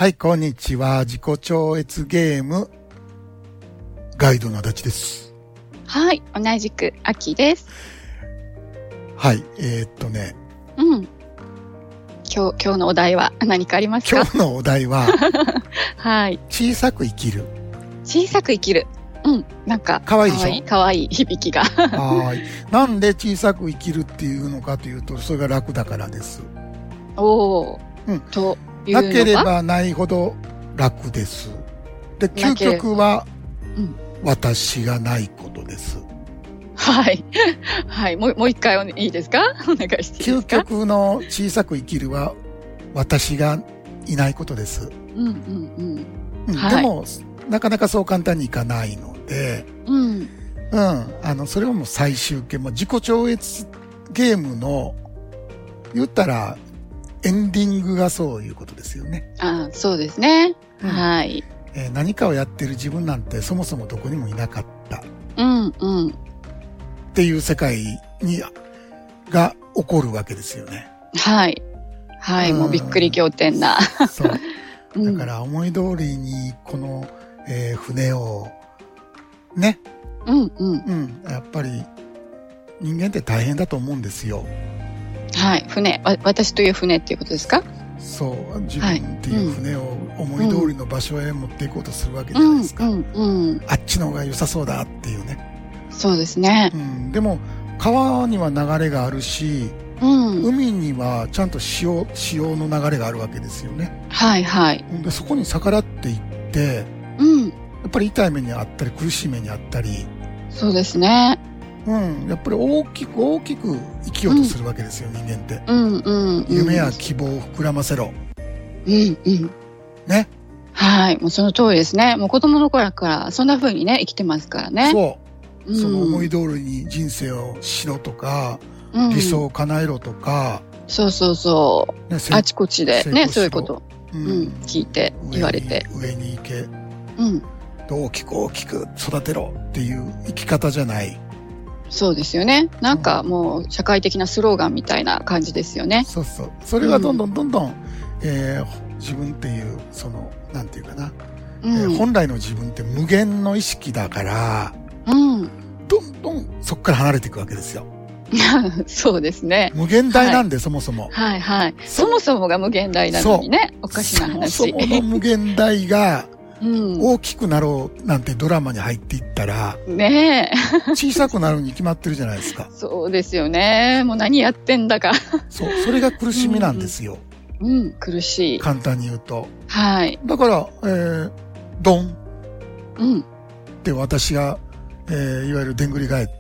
はい、こんにちは。自己超越ゲームガイドの足立です。 はい、同じく秋です。 はい、 うん。今日のお題は何かありますか？ 今日のお題は、 はい。 小さく生きる。 小さく生きる。うん、なんかかわいいでしょ？ かわいい響きが。 はい。なんで小さく生きるっていうのかというと、それが楽だからです。 おー。 うん。 というのは？ なければないほど楽です。で、究極は、私がないことです。 はい。はい。もう一回いいですか？お願いしていいですか？ 究極の小さく生きるは、私がいないことです。 はい、 でも、なかなかそう簡単にいかないので、それはもう最終形、自己超越ゲームの、言ったら、エンディングがそういうことですよね。 ああ、そうですね。はい。 何かをやってる自分なんてそもそもどこにもいなかった。っていう世界が起こるわけですよね。 はい。はい、もうびっくり仰天な。 そう。だから思い通りにこの、船を、ね。やっぱり人間って大変だと思うんですよ。 はい。私という船っていうことですか？ そう。自分っていう船を思い通りの場所へ持っていこうとするわけじゃないですか。あっちの方が良さそうだっていうね。 そうですね。 でも、川には流れがあるし、海にはちゃんと潮の流れがあるわけですよね。 はいはい。 で、そこに逆らっていって、やっぱり痛い目にあったり苦しい目にあったり。 そうですね。 やっぱり大きく生きようとするわけですよ、人間って。夢や希望を膨らませろ。ね。 はい。もうその通りですね。もう子供の頃からそんな風にね、生きてますからね。 そう。その思い通りに人生をしろとか、理想を叶えろとか。 そう。ね、あちこちでね、そういうこと。聞いて、言われて。 上に行け。大きく育てろっていう生き方じゃない。 そうですよね。なんかもう社会的なスローガンみたいな感じですよね。 そう。それがどんどん、自分っていう、なんていうかな。本来の自分って無限の意識だから、どんどんそこから離れていくわけですよ。 そうですね。 無限大なんで、そもそも。 はい。そもそもが無限大なのにね。おかしな話。 そもそもの無限大が、大きくなろうなんてドラマに入っていったら、小さくなるに決まってるじゃないですか。 そうですよね。もう何やってんだか。 そう。それが苦しみなんですよ。 苦しい。 簡単に言うと。 はい。 だから、ドン。って私が、いわゆるでんぐり返って、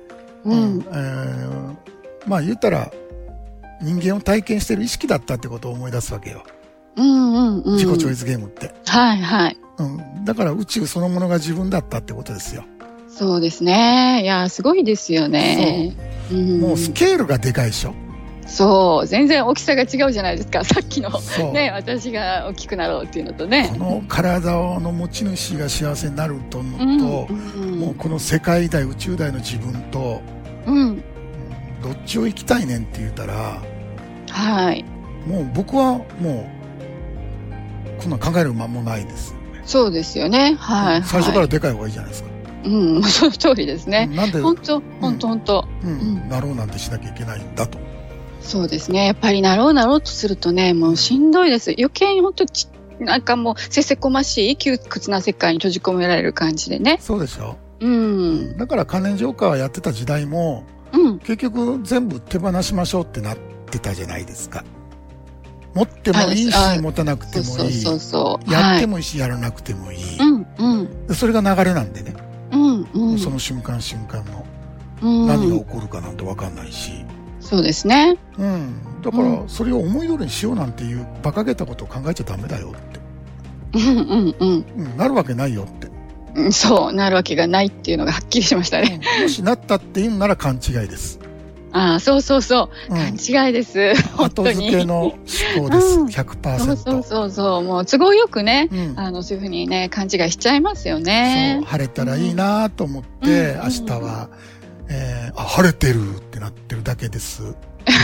言ったら、人間を体験してる意識だったってことを思い出すわけよ。自己超越ゲームって。はい。だから宇宙そのものが自分だったってことですよ。 そうですね。いや、すごいですよね。 もうスケールがでかいでしょ。 そう。全然大きさが違うじゃないですか。さっきのね、私が大きくなろうっていうのとね。 この体の持ち主が幸せになるとのと、もうこの世界大宇宙大の自分と、どっちを生きたいねんって言ったら、もう僕はもうこんなん考える間もないですよね。 そうですよね。 最初からでかい方がいいじゃないですか。 その通りですね。 なんで本当。 なろうなんてしなきゃいけないんだと。 そうですね。やっぱりなろうとするとね、もうしんどいです。余計に本当なんかもうせせこましい窮屈な世界に閉じ込められる感じでね。 そうでしょ。だからカネンジョーカーやってた時代も、結局全部手放しましょうってなってたじゃないですか。持ってもいいし、持たなくてもいい。やってもいいし、やらなくてもいい。それが流れなんでね。その瞬間の何が起こるかなんて分かんないし。 そうですね。 だから、それを思い通りにしようなんていう馬鹿げたことを考えちゃダメだよって。なるわけないよって。 そう、なるわけがないっていうのがはっきりしましたね。 もしなったっていうなら勘違いです。 そう。勘違いです。 後付けの思考です。100%。 そう。もう都合よくね、そういうふうにね、勘違いしちゃいますよね。 そう、晴れたらいいなと思って、明日は、晴れてるってなってるだけです。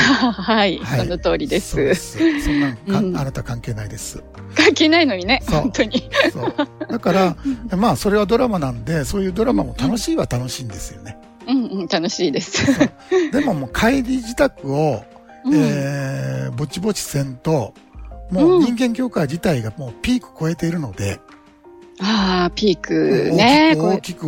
はい、その通りです。 そうです。そんなんあなた関係ないです。 関係ないのにね、本当に。 そう。だから、まあ、それはドラマなんで、そういうドラマも楽しいは楽しいんですよね。 楽しいです。 でももう帰り自宅を、ぼちぼちせんと、もう人間業界自体がもうピーク超えているので。 ピークね。 大きく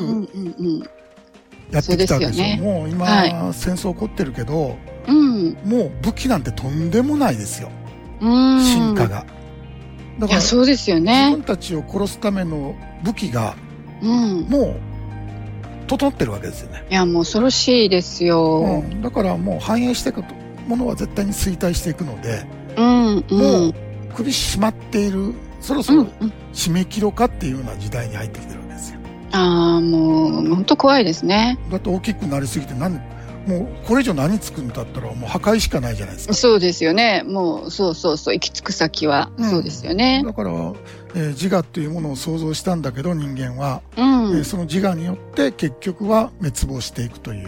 やってきたわけですよ。もう今、戦争起こってるけど、もう武器なんてとんでもないですよ。進化が。だからそうですよね。 自分たちを殺すための武器が、もう、整ってるわけですよね。 いや、もう恐ろしいですよ。 だからもう反映していくものは絶対に衰退していくので、もう首締まっている、そろそろ締め切ろうかっていうような時代に入ってきてるわけですよ。 もう本当怖いですね。 だって大きくなりすぎてもうこれ以上何作るんだったらもう破壊しかないじゃないですか。 そうですよね。もうそう行き着く先は、そうですよね。 だから、自我っていうものを創造したんだけど人間は、その自我によって結局は滅亡していくという。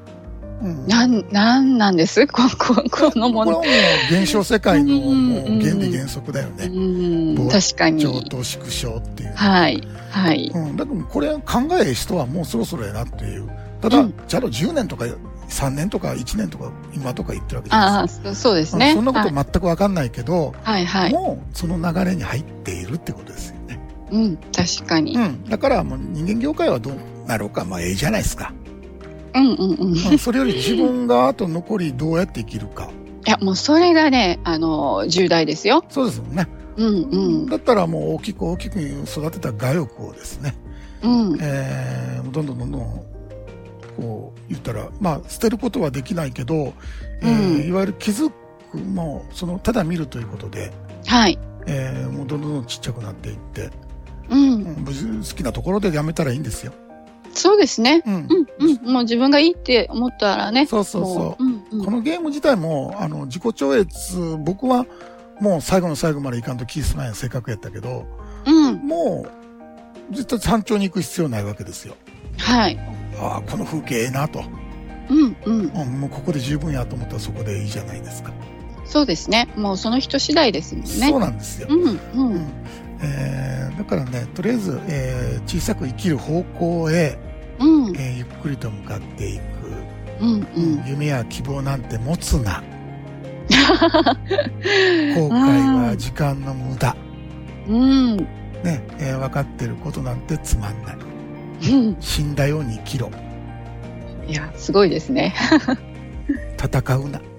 なんですこのもの。 これはもう現象世界のもう原理原則だよね。 確かに。 膨張と縮小っていう。 はい。 だからこれ考える人はもうそろそろやなっていう。ただ、じゃあ10年とか3年とか1年とか今とか言ってるわけじゃないですか。 そうですね。 そんなこと全くわかんないけど、もうその流れに入っているってことですよね。 確かに。 だからもう人間業界はどうなろうか、まあええじゃないですか。それより自分があと残りどうやって生きるか。 いや、もうそれがね、重大ですよ。 そうですよね。だったらもう大きく育てた我欲をですね、どんどんこう言ったら、まあ捨てることはできないけど、いわゆる気づくもただ見るということで、もうどんどんちっちゃくなっていって、好きなところでやめたらいいんですよ。 そうですね。もう自分がいいって思ったらね。 そう。このゲーム自体も、自己超越、僕はもう最後の最後までいかんとキースマイの性格やったけど、もう、絶対山頂に行く必要ないわけですよ。この風景ええなと。もうここで十分やと思ったらそこでいいじゃないですか。 そうですね。もうその人次第ですもんね。 そうなんですよ。だからね、とりあえず、小さく生きる方向へ、ゆっくりと向かっていく。夢や希望なんて持つな。後悔は時間の無駄。ね、分かってることなんてつまんない。死んだように生きろ。 いや、すごいですね。 戦うな。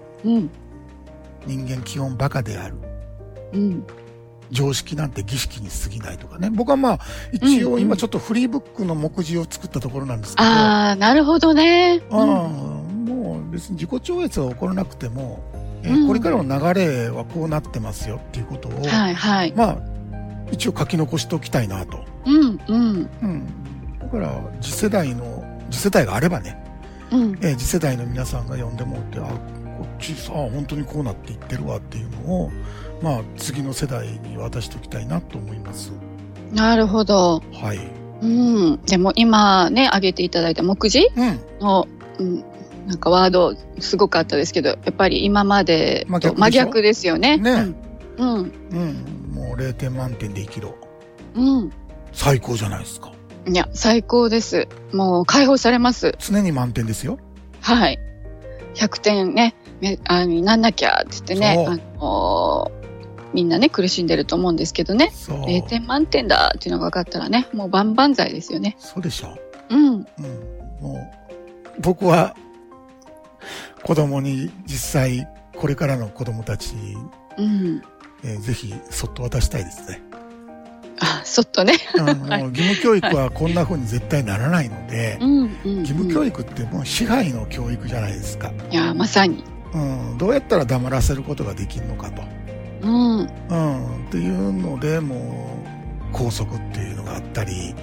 人間基本バカである。常識なんて儀式に過ぎないとかね。僕はまあ、一応今ちょっとフリーブックの目次を作ったところなんですけど。 なるほどね。 もう別に自己超越は起こらなくても、これからの流れはこうなってますよっていうことを、まあ、一応書き残しておきたいなと。だから、次世代があればね、次世代の皆さんが読んでもって、こっちさ、本当にこうなっていってるわっていうのを、まあ、次の世代に渡しておきたいなと思います。 なるほど。でも今ね、挙げていただいた目次の、なんかワードすごかったですけど、やっぱり今までと真逆ですよね。 もう0点満点で生きろ。最高じゃないですか。 いや、最高です。もう解放されます。 常に満点ですよ。 100点ね、なんなきゃって言ってね、みんなね、苦しんでると思うんですけどね。0点満点だっていうのが分かったらね、もう万々歳ですよね。 そうでしょ。もう、僕は、子供に実際、これからの子供たちに、ぜひ、そっと渡したいですね。 そっとね。 もう義務教育はこんな風に絶対ならないので、義務教育ってもう支配の教育じゃないですか。 いや、まさに。 どうやったら黙らせることができるのかと。っていうので、もう、校則っていうのがあったり、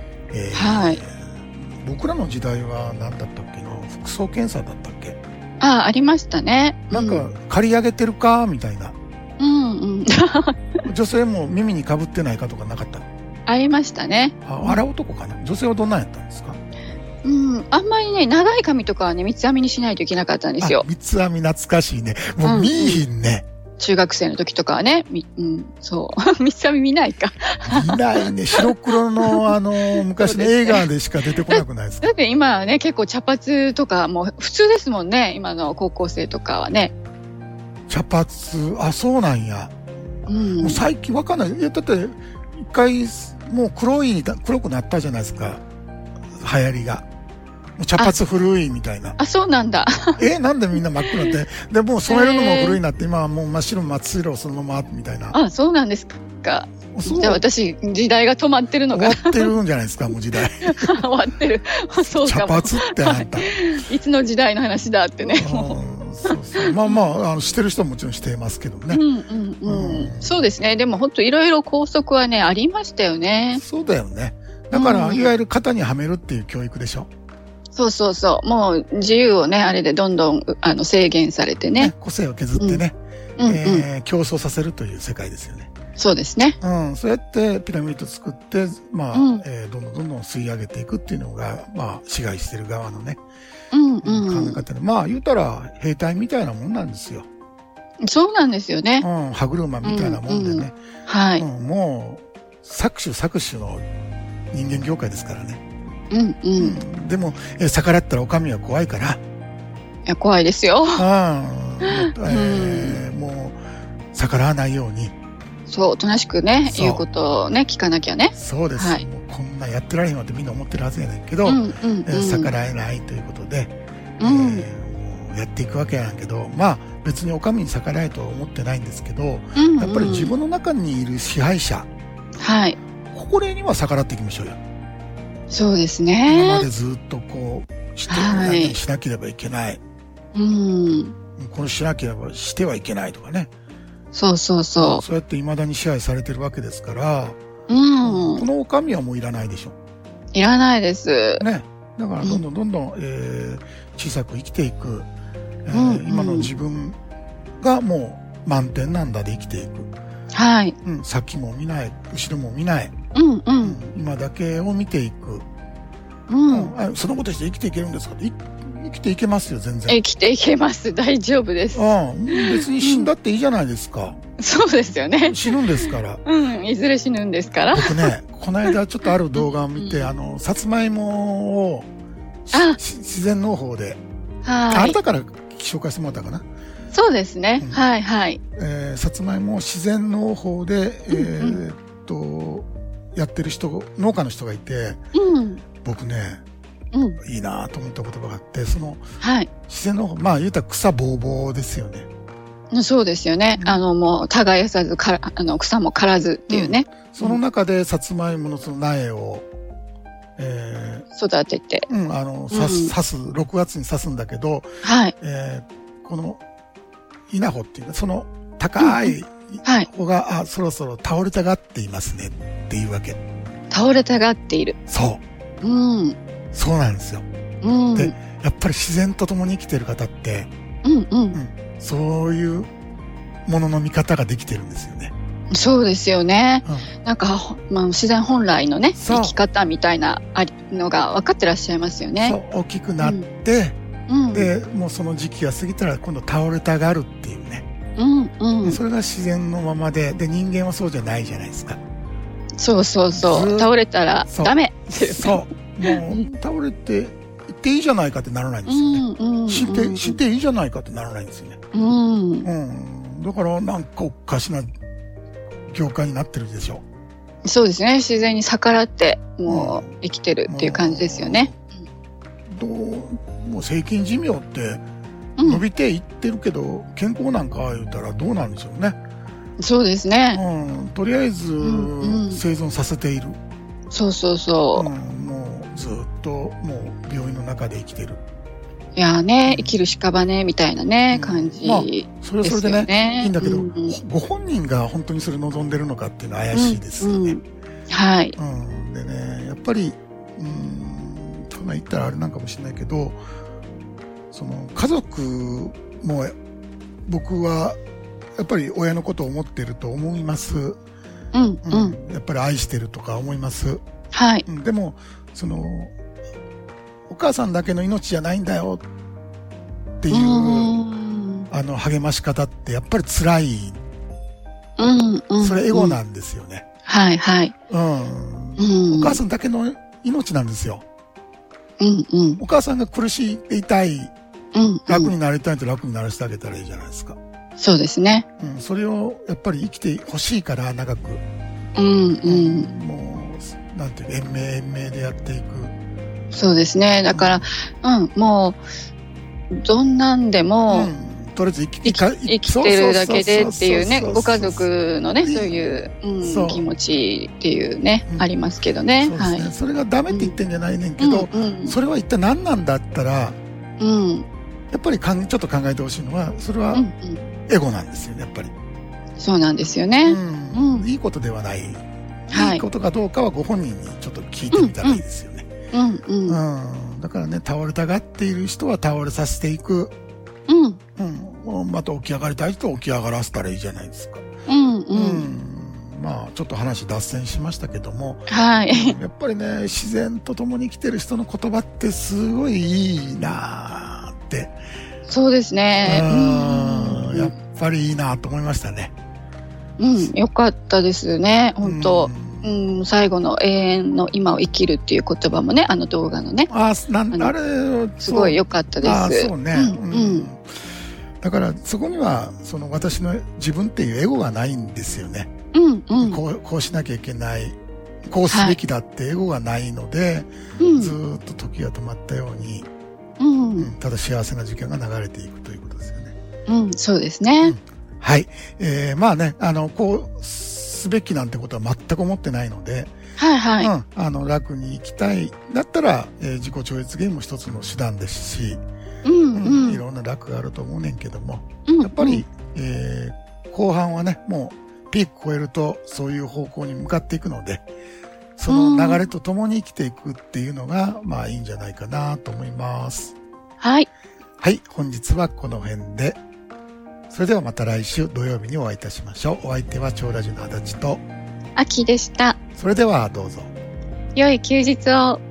僕らの時代は何だったっけな、服装検査だったっけ？ ありましたね。 なんか、借り上げてるかみたいな。女性も耳にかぶってないかとかなかった？ ありましたね。 あら男かな？女性はどんなんやったんですか？ あんまりね、長い髪とかはね、三つ編みにしないといけなかったんですよ。 三つ編み懐かしいね。もう見えひんね。 中学生の時とかはね、そう。三つ編み見ないか。 見ないね。白黒の昔の映画でしか出てこなくないですか。 だって今はね、結構茶髪とかもう普通ですもんね。今の高校生とかはね。 茶髪、そうなんや。もう最近わかんない。いや、だって、一回、もう黒くなったじゃないですか。流行りが。もう茶髪古いみたいな。 そうなんだ。 なんでみんな真っ黒になって。で、もう染めるのも古いなって、今はもう真っ白真っ白そのままみたいな。 そうなんですか。じゃあ私、時代が止まってるのかな。 終わってるんじゃないですか、もう時代。 終わってる。そうかも。 茶髪ってあんた。 いつの時代の話だってね。 そう。してる人はもちろんしてますけどね。 そうですね。でも本当いろいろ校則はね、ありましたよね。 そうだよね。だから、いわゆる型にはめるっていう教育でしょ。 そう。もう自由をね、あれでどんどん制限されてね。 個性を削ってね、競争させるという世界ですよね。 そうですね。 そうやってピラミッド作って、どんどん吸い上げていくっていうのが、支配してる側のね、考え方で。言うたら兵隊みたいなもんなんですよ。 そうなんですよね。 歯車みたいなもんでね。 はい。 もう、搾取の人間業界ですからね。でも、逆らったらお上は怖いから。いや、怖いですよ。 もう、逆らわないように。 そう、おとなしくね、言うことをね、聞かなきゃね。 そうです。もうこんなやってられへんわってみんな思ってるはずやねんけど、逆らえないということで、やっていくわけやんけど、別にお上に逆らえとは思ってないんですけど、やっぱり自分の中にいる支配者。これには逆らっていきましょうよ。 そうですね。 今までずっとしなければいけない。これしなければしてはいけないとかね。そうやって未だに支配されてるわけですから、このお上はもういらないでしょ。 いらないです。 ね。だからどんどん、小さく生きていく、今の自分がもう満点なんだで生きていく。先も見ない、後ろも見ない。今だけを見ていく。そのことして生きていけるんですかって、生きていけますよ、全然。 生きていけます。大丈夫です。 別に死んだっていいじゃないですか。 そうですよね。 死ぬんですから。 いずれ死ぬんですから。 僕ね、この間ちょっとある動画を見て、さつまいもを自然農法で、あれだから紹介してもらったかな。 そうですね。 さつまいもを自然農法で、やってる農家の人がいて、僕ね、いいなと思った言葉があって、自然農法、言うたら草ぼうぼうですよね。 そうですよね。もう、耕さず、草も刈らずっていうね。 その中で、さつまいものその苗を、 育てて。 6月に刺すんだけど、この、稲穂っていうか、その高い穂が、そろそろ倒れたがっていますねっていうわけ。 倒れたがっている。 そう。そうなんですよ。で、やっぱり自然と共に生きてる方って、そういうものの見方ができてるんですよね。 そうですよね。なんか、自然本来のね、生き方みたいなのが分かってらっしゃいますよね。 そう、大きくなって、で、もうその時期が過ぎたら今度倒れたがるっていうね。それが自然のままで、人間はそうじゃないじゃないですか。 そう。倒れたらダメ。 そう。もう、倒れていっていいじゃないかってならないんですよね。死んでいいじゃないかってならないんですよね。だから、なんかおかしな業界になってるでしょ。 そうですね。自然に逆らって、もう生きてるっていう感じですよね。 もう平均寿命って伸びていってるけど、健康なんか言うたらどうなんでしょうね。 そうですね。 とりあえず生存させている。 そう。 もうずっともう病院の中で生きてる。 いやね、生きる屍みたいなね、感じですよね。 それはそれでね、いいんだけど、ご本人が本当にそれ望んでるのかっていうのは怪しいですよね。でね、やっぱり、そんな言ったらあれなんかもしれないけど、その家族も僕はやっぱり親のことを思ってると思います。やっぱり愛してるとか思います。でもそのお母さんだけの命じゃないんだよっていう、励まし方ってやっぱり辛い。それエゴなんですよね。 はいはい。 お母さんだけの命なんですよ。お母さんが苦しいでいたい、楽になりたいと楽にならせてあげたらいいじゃないですか。 そうですね。 それをやっぱり生きてほしいから長く。もう、なんていうか、延命でやっていく。 そうですね。だから、もう、どんなんでも、 とりあえず生きてるだけでっていうね、ご家族のね、そういう、気持ちっていうね、ありますけどね。 そうですね。それがダメって言ってんじゃないねんけど、それは一体何なんだったら、やっぱりちょっと考えてほしいのは、それはエゴなんですよね、やっぱり。 そうなんですよね。 いいことではない。いいことかどうかはご本人にちょっと聞いてみたらいいですよね。だからね、倒れたがっている人は倒れさせていく。また起き上がりたい人は起き上がらせたらいいじゃないですか。まあちょっと話脱線しましたけども、やっぱりね、自然と共に生きてる人の言葉ってすごいいいなーって。 そうですね。 やっぱりいいなと思いましたね。 よかったですね、本当。最後の永遠の今を生きるっていう言葉もね、あの動画のね。あれ、 すごい良かったです。 そうね。だから、そこには、私の自分っていうエゴがないんですよね。こうしなきゃいけない。こうすべきだってエゴがないので、ずーっと時が止まったように、ただ幸せな時間が流れていくということですよね。 そうですね。 はい。まあね、こうすべきなんてことは全く思ってないので、楽に生きたい。だったら、自己超越ゲームも一つの手段ですし、いろんな楽があると思うねんけども、やっぱり、後半はね、もうピーク超えるとそういう方向に向かっていくので、その流れと共に生きていくっていうのが、まあいいんじゃないかなと思います。 はい。 はい、本日はこの辺で。それではまた来週土曜日にお会いいたしましょう。お相手は超ラジの足立と、 あきでした。 それではどうぞ。 良い休日を。